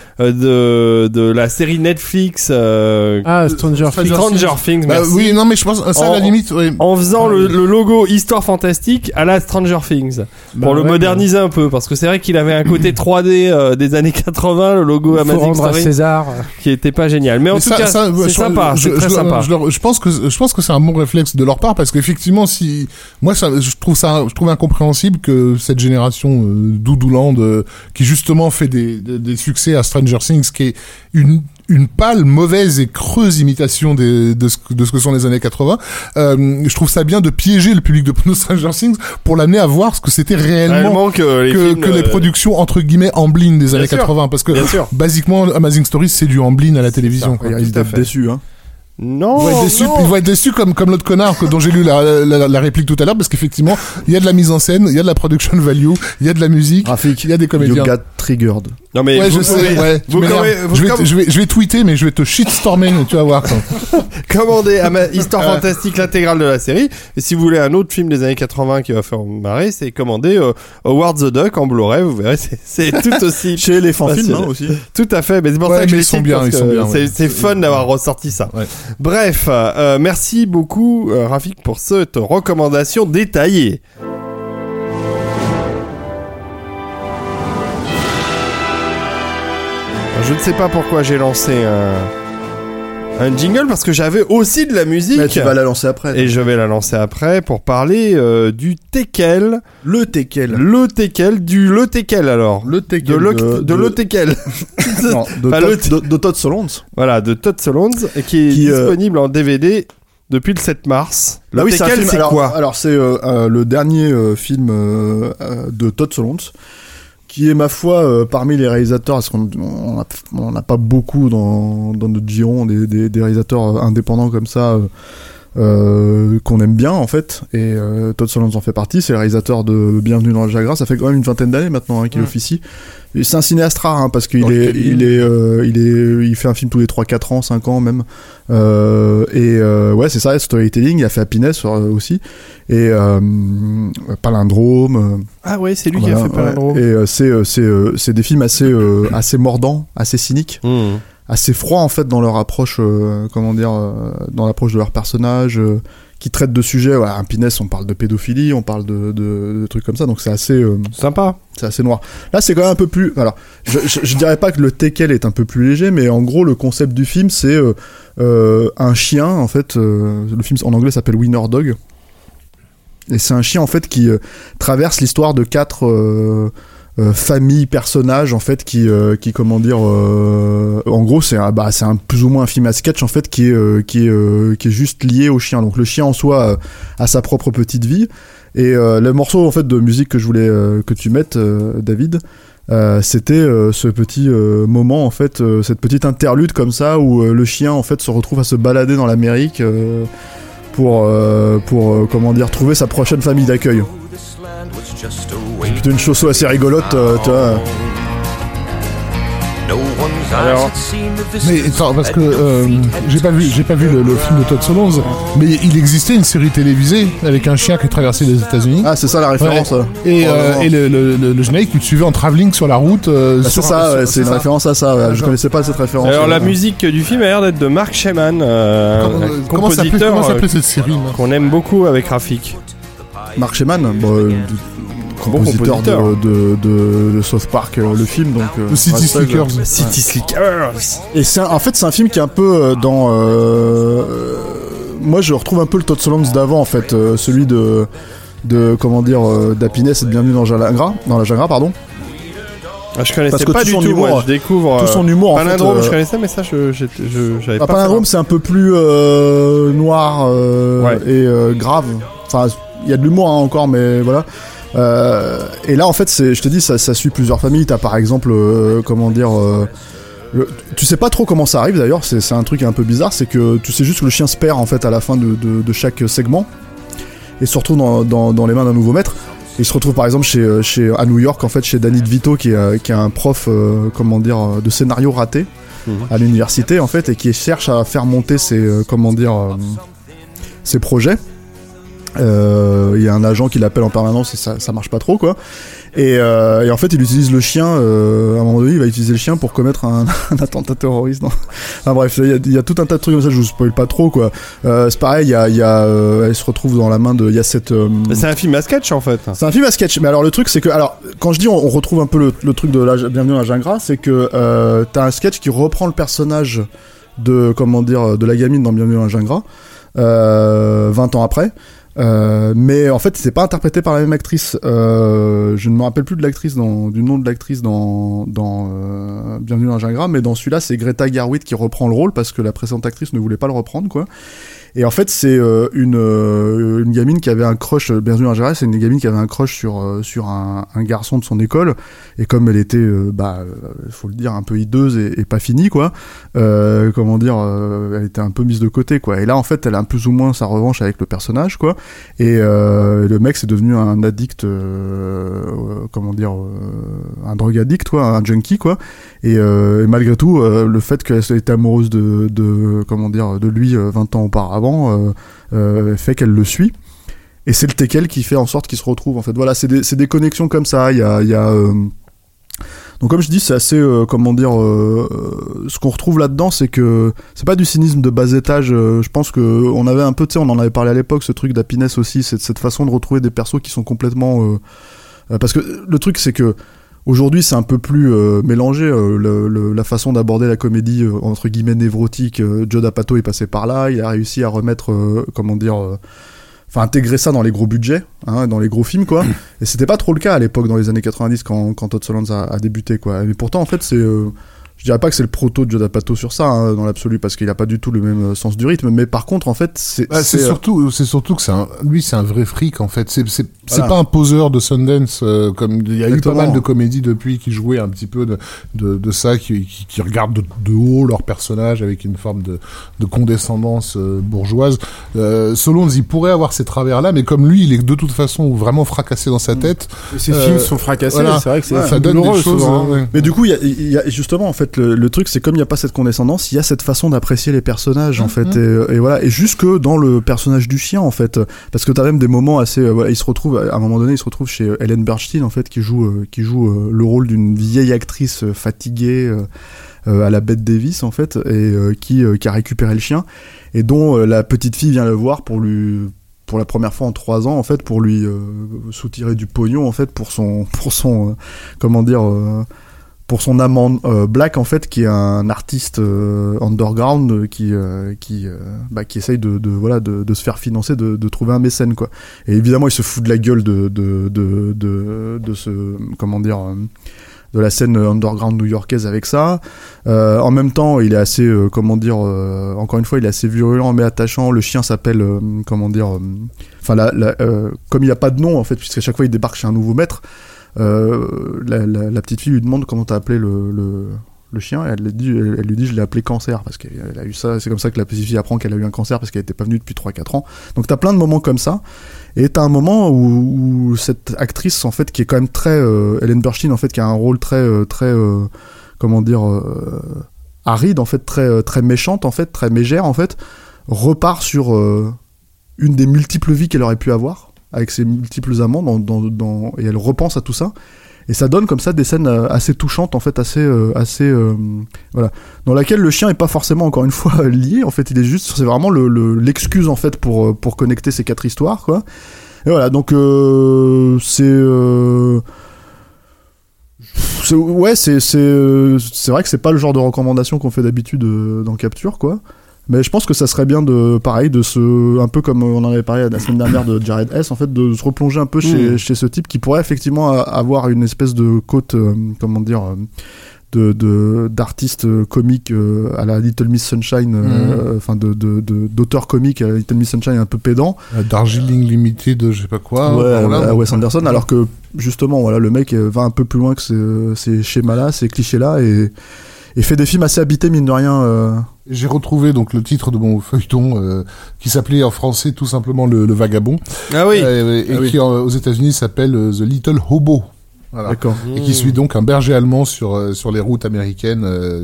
de la série Netflix Stranger Things. Bah, Merci. oui, non, mais je pense ça à la limite. Oui. En faisant le logo Histoire Fantastique à la Stranger Things pour le moderniser un peu, parce que c'est vrai qu'il avait un côté 3D des années 80, le logo Faut Amazing rendre à Story César. qui était pas génial, mais en tout cas c'est sympa, c'est très sympa. Je pense que c'est un bon réflexe de leur part, parce qu'effectivement, je trouve incompréhensible que cette génération doudouland qui justement fait des succès à Stranger Things, qui est une pâle, mauvaise et creuse imitation de ce que sont les années 80. Je trouve ça bien de piéger le public de Stranger Things pour l'amener à voir ce que c'était réellement que les productions entre guillemets Amblin des années 80, parce que basiquement Amazing Stories c'est du Amblin à la télévision. Il risque d'être déçu, hein. Non, ils vont être déçus comme l'autre connard dont j'ai lu la réplique tout à l'heure, parce qu'effectivement il y a de la mise en scène, il y a de la production value, il y a de la musique, il y a des comédiens. You got triggered. Non mais ouais, je sais, ouais. Je vais tweeter, mais je vais te shitstormer, tu vas voir. Commandez Histoire Fantastique, l'intégrale de la série. Et si vous voulez un autre film des années 80 qui va faire marrer, c'est commander Howard the Duck en Blu-ray. Vous verrez, c'est tout aussi chez Elephant Film, hein, aussi. Tout à fait. Mais c'est pour ça que ils sont bien. C'est fun d'avoir ressorti ça. Ouais. Bref, merci beaucoup Rafik pour cette recommandation détaillée. Je ne sais pas pourquoi j'ai lancé un jingle, parce que j'avais aussi de la musique. Mais tu vas la lancer après. Et je vais la lancer après pour parler du Tekel. Le Tekel. Le Tekel alors. Le Tekel. De le Tekel. Non, de Todd Solondz. Voilà, de Todd Solondz, qui est disponible en DVD depuis le 7 mars. Le Tekel, c'est quoi ? Alors, c'est le dernier film de Todd Solondz, qui est, ma foi, parmi les réalisateurs, parce qu'on n'a pas beaucoup dans notre giron des réalisateurs indépendants comme ça, qu'on aime bien, en fait, et Todd Solondz en fait partie. C'est le réalisateur de Bienvenue dans le Jagras. Ça fait quand même une vingtaine d'années maintenant qu'il officie. Et c'est un cinéaste rare, hein, parce qu'il il fait un film tous les 3-4 ans, 5 ans même. Ouais, c'est ça, storytelling. Il a fait Happiness aussi. Et Palindrome. Ah ouais, c'est lui qui a fait Palindrome. Ouais. Et c'est des films assez mordants, assez cyniques. Assez froids en fait dans leur approche, dans l'approche de leurs personnages, qui traitent de sujets. Voilà, Happiness, on parle de pédophilie, on parle de trucs comme ça, donc c'est assez sympa. C'est assez noir. Là, c'est quand même un peu plus. Alors, je dirais pas que le Tekel est un peu plus léger, mais en gros, le concept du film, c'est un chien. En fait, le film en anglais s'appelle Winner Dog, et c'est un chien en fait qui traverse l'histoire de 4 famille personnage en fait qui comment dire en gros c'est un plus ou moins un film à sketch en fait qui est juste lié au chien. Donc le chien en soi a sa propre petite vie et le morceau en fait de musique que je voulais que tu mettes David, c'était ce petit moment en fait, cette petite interlude comme ça où le chien en fait se retrouve à se balader dans l'Amérique pour comment dire trouver sa prochaine famille d'accueil. C'est plutôt une chose assez rigolote, tu vois. Alors, mais attends, parce que j'ai pas vu le film de Todd Solondz, mais il existait une série télévisée avec un chien qui traversait les États-Unis. Ah, c'est ça la référence. Ouais. Et le générique, tu te suivais en travelling sur la route. C'est ça, ouais, c'est une référence à ça. Ouais. Je connaissais pas cette référence. Alors la musique du film a l'air d'être de Mark Sheman, comment s'appelait cette série qu'on aime beaucoup avec Rafik. Mark Sheman, compositeur de South Park, le film, donc City Slickers. City Slickers. Et c'est un film qui est un peu dans moi je retrouve un peu le Todd Solondz d'avant en fait, celui de comment dire d'Happiness et de Bienvenue dans la Jungle, pardon. Ah, je connaissais pas du tout, humour, moi, je découvre tout son humour Palindrome, en fait, je connaissais, mais ça j'avais pas. Palindrome c'est un peu plus noir et grave. Enfin il y a de l'humour encore, mais voilà. Et là en fait je te dis ça suit plusieurs familles. T'as par exemple comment dire tu sais pas trop comment ça arrive d'ailleurs, c'est un truc un peu bizarre, c'est que tu sais juste que le chien se perd en fait à la fin de chaque segment et se retrouve dans les mains d'un nouveau maître. Et il se retrouve par exemple à New York en fait chez Danny DeVito qui est un prof comment dire de scénario raté à l'université en fait, et qui cherche à faire monter ses projets. Il y a un agent qui l'appelle en permanence et ça marche pas trop quoi. Et en fait il utilise le chien, à un moment donné il va utiliser le chien pour commettre un attentat terroriste. Enfin bref, il y a tout un tas de trucs comme ça, je vous spoil pas trop quoi. C'est pareil, elle se retrouve dans la main de, il y a cette c'est un film à sketch en fait. C'est un film à sketch, mais alors le truc c'est que, alors quand je dis on retrouve un peu le truc de Bienvenue dans la Jungle, c'est que t'as un sketch qui reprend le personnage de comment dire de la gamine dans Bienvenue dans la Jungle 20 ans après. Mais en fait c'est pas interprété par la même actrice, je ne me rappelle plus de l'actrice du nom de l'actrice dans Bienvenue dans la Jungle, mais dans celui-là c'est Greta Gerwig qui reprend le rôle parce que la précédente actrice ne voulait pas le reprendre quoi. Et en fait c'est une gamine qui avait un crush, Bienvenue dans la Jungle, c'est une gamine qui avait un crush sur un garçon de son école, et comme elle était faut le dire un peu hideuse et pas finie quoi, comment dire, elle était un peu mise de côté quoi. Et là en fait elle a plus ou moins sa revanche avec le personnage quoi. Et le mec c'est devenu un addict, comment dire, un drug addict quoi, un junkie quoi. Et malgré tout le fait qu'elle était amoureuse de comment dire de lui 20 ans auparavant fait qu'elle le suit. Et c'est le teckel qui fait en sorte qu'il se retrouve en fait. Voilà, c'est des connexions comme ça. Il y a donc comme je dis, c'est assez comment dire, ce qu'on retrouve là-dedans, c'est que c'est pas du cynisme de bas étage. Je pense que on avait un peu, tu sais, on en avait parlé à l'époque, ce truc d'Happiness aussi, c'est cette façon de retrouver des persos qui sont complètement parce que le truc c'est que aujourd'hui c'est un peu plus mélangé, la façon d'aborder la comédie entre guillemets névrotique. Joe D'Apato est passé par là, il a réussi à remettre comment dire enfin intégrer ça dans les gros budgets, hein, dans les gros films quoi. Et c'était pas trop le cas à l'époque dans les années 90 quand Todd Solondz a débuté quoi. Mais pourtant en fait c'est je dirais pas que c'est le proto de Joe D'Apato sur ça hein, dans l'absolu, parce qu'il a pas du tout le même sens du rythme, mais par contre en fait c'est surtout que c'est un vrai fric en fait. C'est pas un poseur de Sundance comme il y a Exactement. Eu pas mal de comédies depuis qui jouaient un petit peu de ça, qui regardent de haut leur personnage avec une forme de condescendance bourgeoise. Solondz il pourrait avoir ces travers là, mais comme lui il est de toute façon vraiment fracassé dans sa tête. Ces films sont fracassés, voilà. C'est vrai que ça donne des choses. Mais du coup il y a justement en fait le truc c'est comme il n'y a pas cette condescendance, il y a cette façon d'apprécier les personnages en fait, et voilà, et jusque dans le personnage du chien en fait, parce que t'as même des moments assez voilà, il se retrouve à un moment donné chez Ellen Burstyn en fait, qui joue le rôle d'une vieille actrice fatiguée à la Bette Davis en fait, et qui a récupéré le chien, et dont la petite fille vient le voir pour la première fois en 3 ans en fait, pour lui soutirer du pognon en fait, pour son comment dire pour son amant Black en fait, qui est un artiste underground qui essaye de se faire financer, de trouver un mécène quoi. Et évidemment il se fout de la gueule de ce de la scène underground new-yorkaise avec ça. En même temps, il est assez, encore une fois, il est assez virulent mais attachant. Le chien s'appelle, comme il a pas de nom en fait, puisqu'à chaque fois il débarque chez un nouveau maître, la petite fille lui demande comment t'as appelé le chien, et elle lui dit je l'ai appelé Cancer, parce qu'elle a eu ça. C'est comme ça que la petite fille apprend qu'elle a eu un cancer, parce qu'elle était pas venue depuis 3-4 ans. Donc t'as plein de moments comme ça. Et t'as un moment où cette actrice, en fait, qui est quand même très Ellen Burstyn, en fait, qui a un rôle très aride, en fait, très méchante, en fait, très mégère, en fait, repart sur une des multiples vies qu'elle aurait pu avoir avec ses multiples amants et elle repense à tout ça. Et ça donne comme ça des scènes assez touchantes, en fait, voilà, dans laquelle le chien est pas forcément, encore une fois, lié. En fait, c'est vraiment l'excuse en fait pour connecter ces 4 histoires, quoi. Et voilà, donc c'est vrai que c'est pas le genre de recommandation qu'on fait d'habitude dans Capture, quoi. Mais je pense que ça serait bien un peu comme on en avait parlé la semaine dernière de Jared Hess, en fait, de se replonger un peu chez ce type qui pourrait effectivement avoir une espèce de côte, d'artiste comique à la Little Miss Sunshine, d'auteur comique à la Little Miss Sunshine un peu pédant. Darjeeling Limited, je sais pas quoi. Ouais, à Wes Anderson, alors que justement, voilà, le mec va un peu plus loin que ces schémas-là, ces clichés-là, et fait des films assez habités, mine de rien. J'ai retrouvé donc le titre de mon feuilleton qui s'appelait en français tout simplement le Vagabond. Ah oui. Qui aux États-Unis s'appelle The Little Hobo. Voilà. D'accord. Et qui suit donc un berger allemand sur les routes américaines.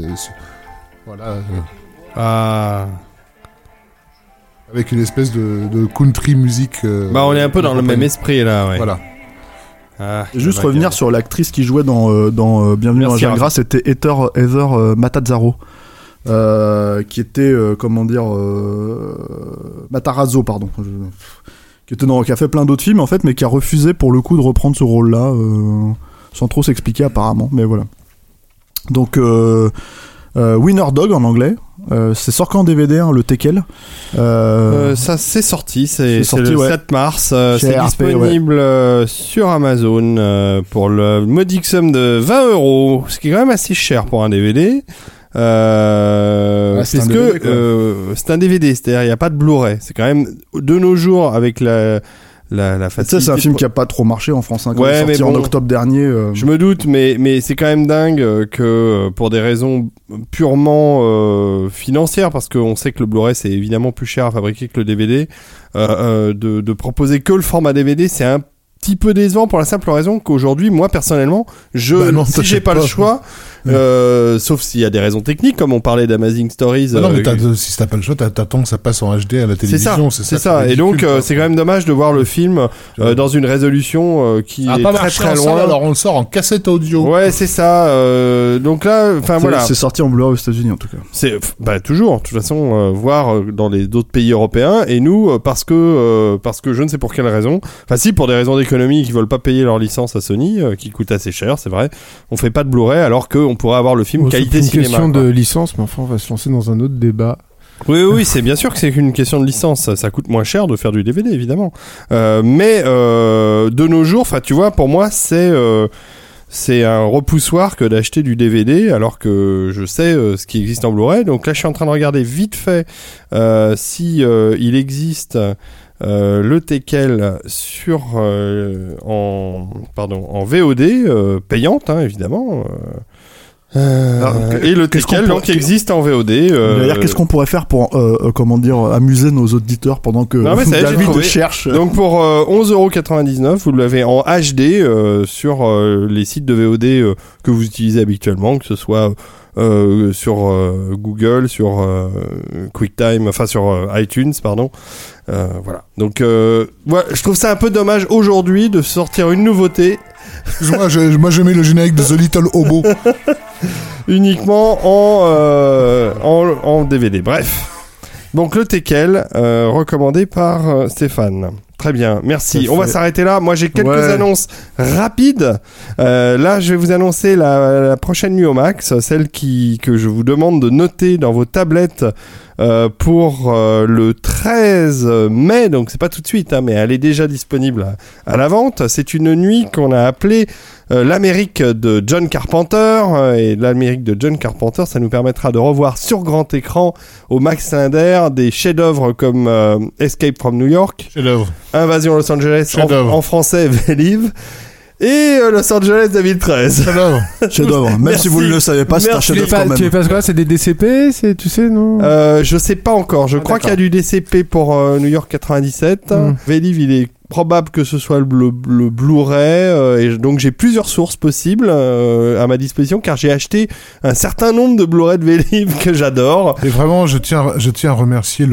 Avec une espèce de country music. On est un peu dans le même esprit là, ouais. Voilà. Juste revenir sur l'actrice qui jouait dans Bienvenue dans la Jungle Grass, c'était Heather Matarazzo, qui était Matarazzo, pardon, qui a fait plein d'autres films en fait, mais qui a refusé pour le coup de reprendre ce rôle-là, sans trop s'expliquer apparemment, mais voilà. Donc Winner Dog en anglais. C'est sorti en DVD, le Tekel. Ça c'est sorti, c'est le 7 mars. C'est RP, disponible sur Amazon pour le modique somme de 20 €, ce qui est quand même assez cher pour un DVD. C'est un DVD, c'est-à-dire il n'y a pas de Blu-ray. C'est quand même de nos jours avec la facilité. C'est un film qui a pas trop marché en France, quand il est sorti en octobre dernier. Je me doute, mais c'est quand même dingue que pour des raisons purement financières, parce qu'on sait que le Blu-ray c'est évidemment plus cher à fabriquer que le DVD, de proposer que le format DVD, c'est un petit peu décevant pour la simple raison qu'aujourd'hui, moi personnellement, si j'ai pas le choix, sauf s'il y a des raisons techniques, comme on parlait d'Amazing Stories. Si t'as pas le choix, t'attends que ça passe en HD à la télévision. C'est ça. Et donc, c'est quand même dommage de voir le film dans une résolution qui est très très loin. Salle, alors on le sort en cassette audio. Ouais, c'est ça. Donc là, voilà. C'est sorti en Blu-ray aux États-Unis en tout cas. C'est toujours. De toute façon, voir dans les d'autres pays européens. Et nous, parce que je ne sais pour quelle raison. Enfin, si pour des raisons d'économie, qui veulent pas payer leur licence à Sony, qui coûte assez cher, c'est vrai. On fait pas de Blu-ray alors qu'on pourrait avoir le film qualité cinéma. C'est une question de licence, mais enfin, on va se lancer dans un autre débat. Oui, c'est bien sûr que c'est une question de licence. Ça coûte moins cher de faire du DVD, évidemment. Mais de nos jours, enfin, tu vois, pour moi, c'est un repoussoir que d'acheter du DVD, alors que je sais ce qui existe en Blu-ray. Donc là, je suis en train de regarder vite fait si il existe le Tekel en VOD payante, évidemment. Et le Tekel qui existe en VOD. D'ailleurs, qu'est-ce qu'on pourrait faire pour amuser nos auditeurs pendant que David cherche. Donc pour 11,99 €, vous l'avez en HD sur les sites de VOD que vous utilisez habituellement, que ce soit sur Google, sur QuickTime, enfin sur iTunes, pardon. Voilà. Donc je trouve ça un peu dommage aujourd'hui de sortir une nouveauté. Moi je mets le générique de The Little Hobo. Uniquement en DVD. Bref. Donc le Tekel, recommandé par Stéphane. Très bien, merci. Ça On va fait- s'arrêter là. Moi, j'ai quelques Ouais. annonces rapides. Là, je vais vous annoncer la prochaine nuit au max, celle que je vous demande de noter dans vos tablettes pour le 13 mai. Donc, c'est pas tout de suite, hein, mais elle est déjà disponible à la vente. C'est une nuit qu'on a appelée l'Amérique de John Carpenter. Et l'Amérique de John Carpenter, ça nous permettra de revoir sur grand écran au Max Linder des chefs-d'œuvre comme Escape from New York, Chef-d'œuvre. Invasion Los Angeles Chef-d'œuvre. en français, Believe, et Los Angeles 2013. Chef-d'œuvre. Chef-d'œuvre. Même Merci. si vous ne le savez pas, c'est un Merci. chef-d'œuvre quand Tu les même. passes quoi? C'est des DCP? Tu sais, non? Je sais pas encore. Je crois qu'il y a du DCP pour New York 97. Believe, il est probable que ce soit le Blu-ray. Et donc j'ai plusieurs sources possibles à ma disposition, car j'ai acheté un certain nombre de Blu-ray de Believe que j'adore. Et vraiment, je tiens à remercier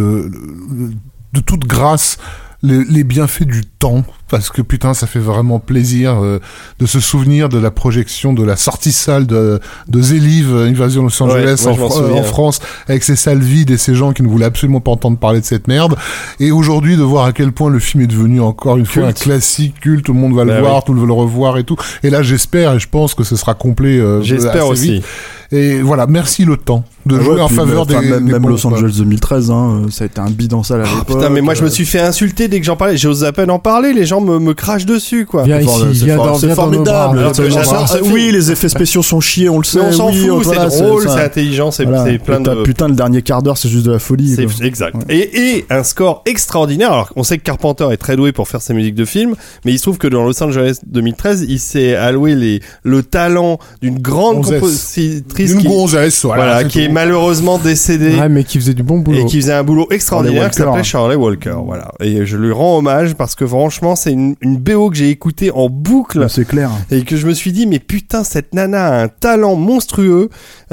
de toute grâce les bienfaits du temps, parce que putain, ça fait vraiment plaisir de se souvenir de la projection de la sortie salle de Zelive, Invasion Los Angeles Ouais, moi, je m'en souviens. en France, avec ses salles vides et ces gens qui ne voulaient absolument pas entendre parler de cette merde. Et aujourd'hui, de voir à quel point le film est devenu encore une fois un classique culte, tout le monde va le voir, tout le monde veut le revoir et tout. Et là, j'espère et je pense que ce sera complet. J'espère assez aussi. vite. Et voilà, merci le temps de jouer en Puis, faveur des même bons, Los quoi. Angeles 2013, hein, ça a été un bide en salle à l'époque. Putain, mais moi je me suis fait insulter dès que j'en parlais. J'ose à peine en parler. Les gens me crachent dessus, quoi. Viens ici, viens dans C'est nos bras. formidable. Alors que j'adore ce film. Oui, les effets spéciaux sont chiés, on le sait. Mais on s'en oui, fout, voilà, c'est drôle, ça. c'est intelligent, c'est Voilà. plein de... Putain, le dernier quart d'heure, c'est juste de la folie. C'est quoi. exact. Ouais. Et un score extraordinaire. Alors, on sait que Carpenter est très doué pour faire ses musiques de films, mais il se trouve que dans Los Angeles 2013, il s'est alloué le talent d'une grande Gonzesse. compositrice Une qui, gonzesse, voilà, c'est qui est tout. malheureusement décédée. Ouais, mais qui faisait du bon boulot. Et qui faisait un boulot extraordinaire, qui s'appelait Shirley Walker, voilà. Et je lui rends hommage parce que franchement, c'est une BO que j'ai écoutée en boucle C'est clair. et que je me suis dit, mais putain, cette nana a un talent monstrueux,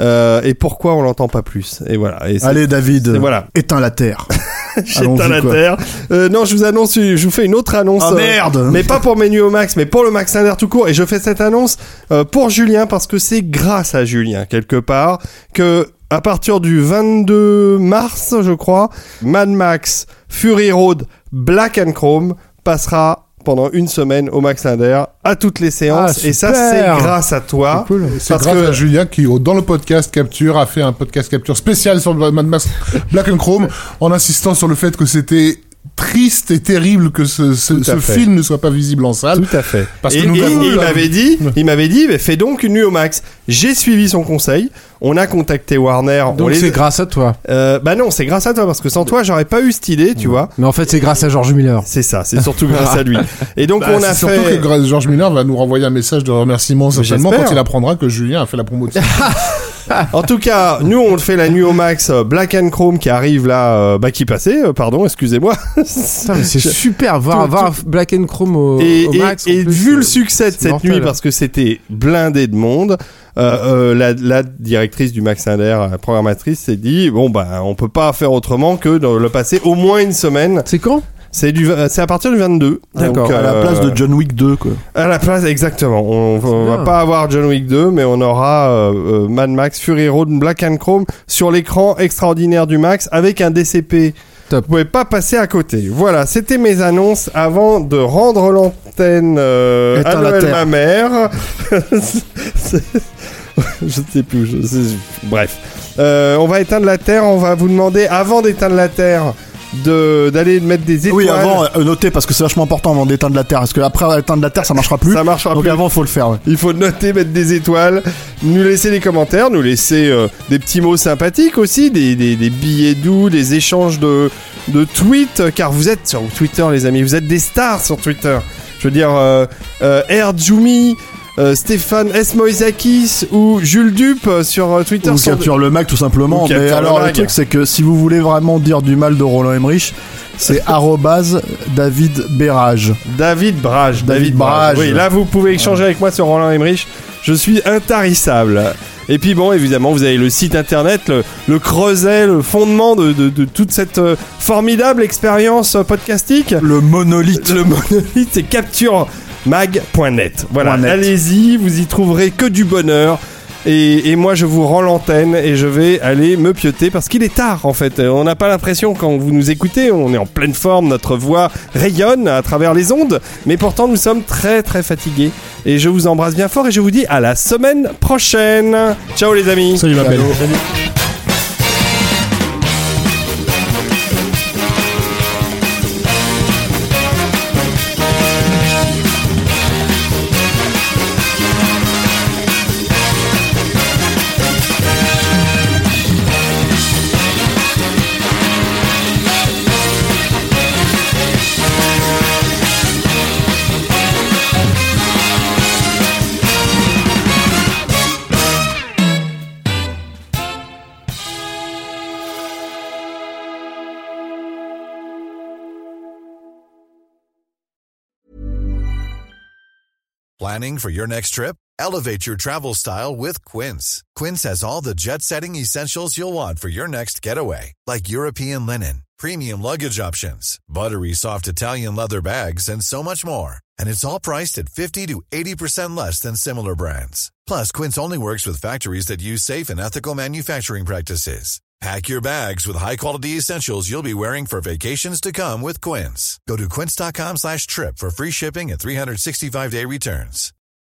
et pourquoi on l'entend pas plus? Et voilà. Et Allez, David, et voilà. éteins la terre. J'éteins Allons-y, la quoi. terre. Non, je vous fais une autre annonce. Ah merde mais pas pour mes nuits au max, mais pour le Max Linder tout court. Et je fais cette annonce pour Julien parce que c'est grâce à Julien quelque part que à partir du 22 mars, je crois, Mad Max Fury Road Black and Chrome passera pendant une semaine au Max Linder à toutes les séances. Ah, et ça, super. c'est grâce à toi. C'est cool. C'est Parce grâce que- à Julien qui, dans le podcast Capture, a fait un podcast Capture spécial sur le Mad Max Black and Chrome en insistant sur le fait que c'était triste et terrible que ce à fait. film ne soit pas visible en salle. Tout à fait. Parce Et, que nous et- avons et eu la- il m'avait dit, mais fais donc une nuit au max. J'ai suivi son conseil. On a contacté Warner. on Donc les- c'est grâce à toi. Bah non, c'est grâce à toi parce que sans toi, j'aurais pas eu cette idée, tu vois. Mais en fait, c'est grâce à George Miller. C'est ça, c'est surtout grâce à lui. Et donc Bah, on a c'est surtout fait. que George Miller va nous renvoyer un message de remerciement certainement j'espère. quand il apprendra que Julien a fait la promotion. En tout cas, nous on le fait la nuit au max Black and Chrome qui arrive là, qui passait. Pardon, excusez-moi. Putain, mais c'est super. Voir Black and Chrome au Et max. en et plus, vu le succès de c'est cette mortel. nuit, parce que c'était blindé de monde, la directrice du Max Linder, la programmatrice, s'est dit bon bah on peut pas faire autrement que de le passer au moins une semaine. C'est quand? C'est à partir du 22. D'accord. Donc, À la place de John Wick 2, quoi. À la place, exactement. On va bien. pas avoir John Wick 2, mais on aura Mad Max Fury Road Black and Chrome sur l'écran extraordinaire du Max avec un DCP. Top. Vous pouvez pas passer à côté. Voilà, c'était mes annonces avant de rendre l'antenne à Éteins la Noël terre. ma mère. Je sais plus. Bref. On va éteindre la terre. On va vous demander, avant d'éteindre la terre, d'aller mettre des étoiles. Oui, avant, notez, parce que c'est vachement important avant d'éteindre la terre. Parce que après éteindre la terre, ça marchera plus. Ça marchera Donc plus. avant, faut le faire, ouais. Il faut noter, mettre des étoiles, nous laisser des commentaires, nous laisser des petits mots sympathiques aussi, des billets doux, des échanges de tweets, car vous êtes sur Twitter, les amis, vous êtes des stars sur Twitter. Je veux dire, Air Jumi, Stéphane S. Moïsakis ou Jules Dupe sur Twitter. Ou sont- Capture le Mac, tout simplement. Ou Capture Mais le alors, le Mac. truc, c'est que si vous voulez vraiment dire du mal de Roland Emmerich, c'est @David Berrage. David Brage. David Brage. Oui, là, vous pouvez échanger avec moi sur Roland Emmerich. Je suis intarissable. Et puis bon, évidemment, vous avez le site internet, le creuset, le fondement de toute cette formidable expérience podcastique. Le monolithe. Le monolithe, c'est capturemag.net. Voilà, .net. allez-y, vous y trouverez que du bonheur. Et moi je vous rends l'antenne et je vais aller me pioter parce qu'il est tard en fait. On n'a pas l'impression quand vous nous écoutez, on est en pleine forme, notre voix rayonne à travers les ondes, mais pourtant nous sommes très très fatigués. Et je vous embrasse bien fort et je vous dis à la semaine prochaine. Ciao les amis. Salut ma belle. Salut. Planning for your next trip? Elevate your travel style with Quince. Quince has all the jet-setting essentials you'll want for your next getaway, like European linen, premium luggage options, buttery soft Italian leather bags, and so much more. And it's all priced at 50 to 80% less than similar brands. Plus, Quince only works with factories that use safe and ethical manufacturing practices. Pack your bags with high-quality essentials you'll be wearing for vacations to come with Quince. Go to quince.com/trip for free shipping and 365-day returns.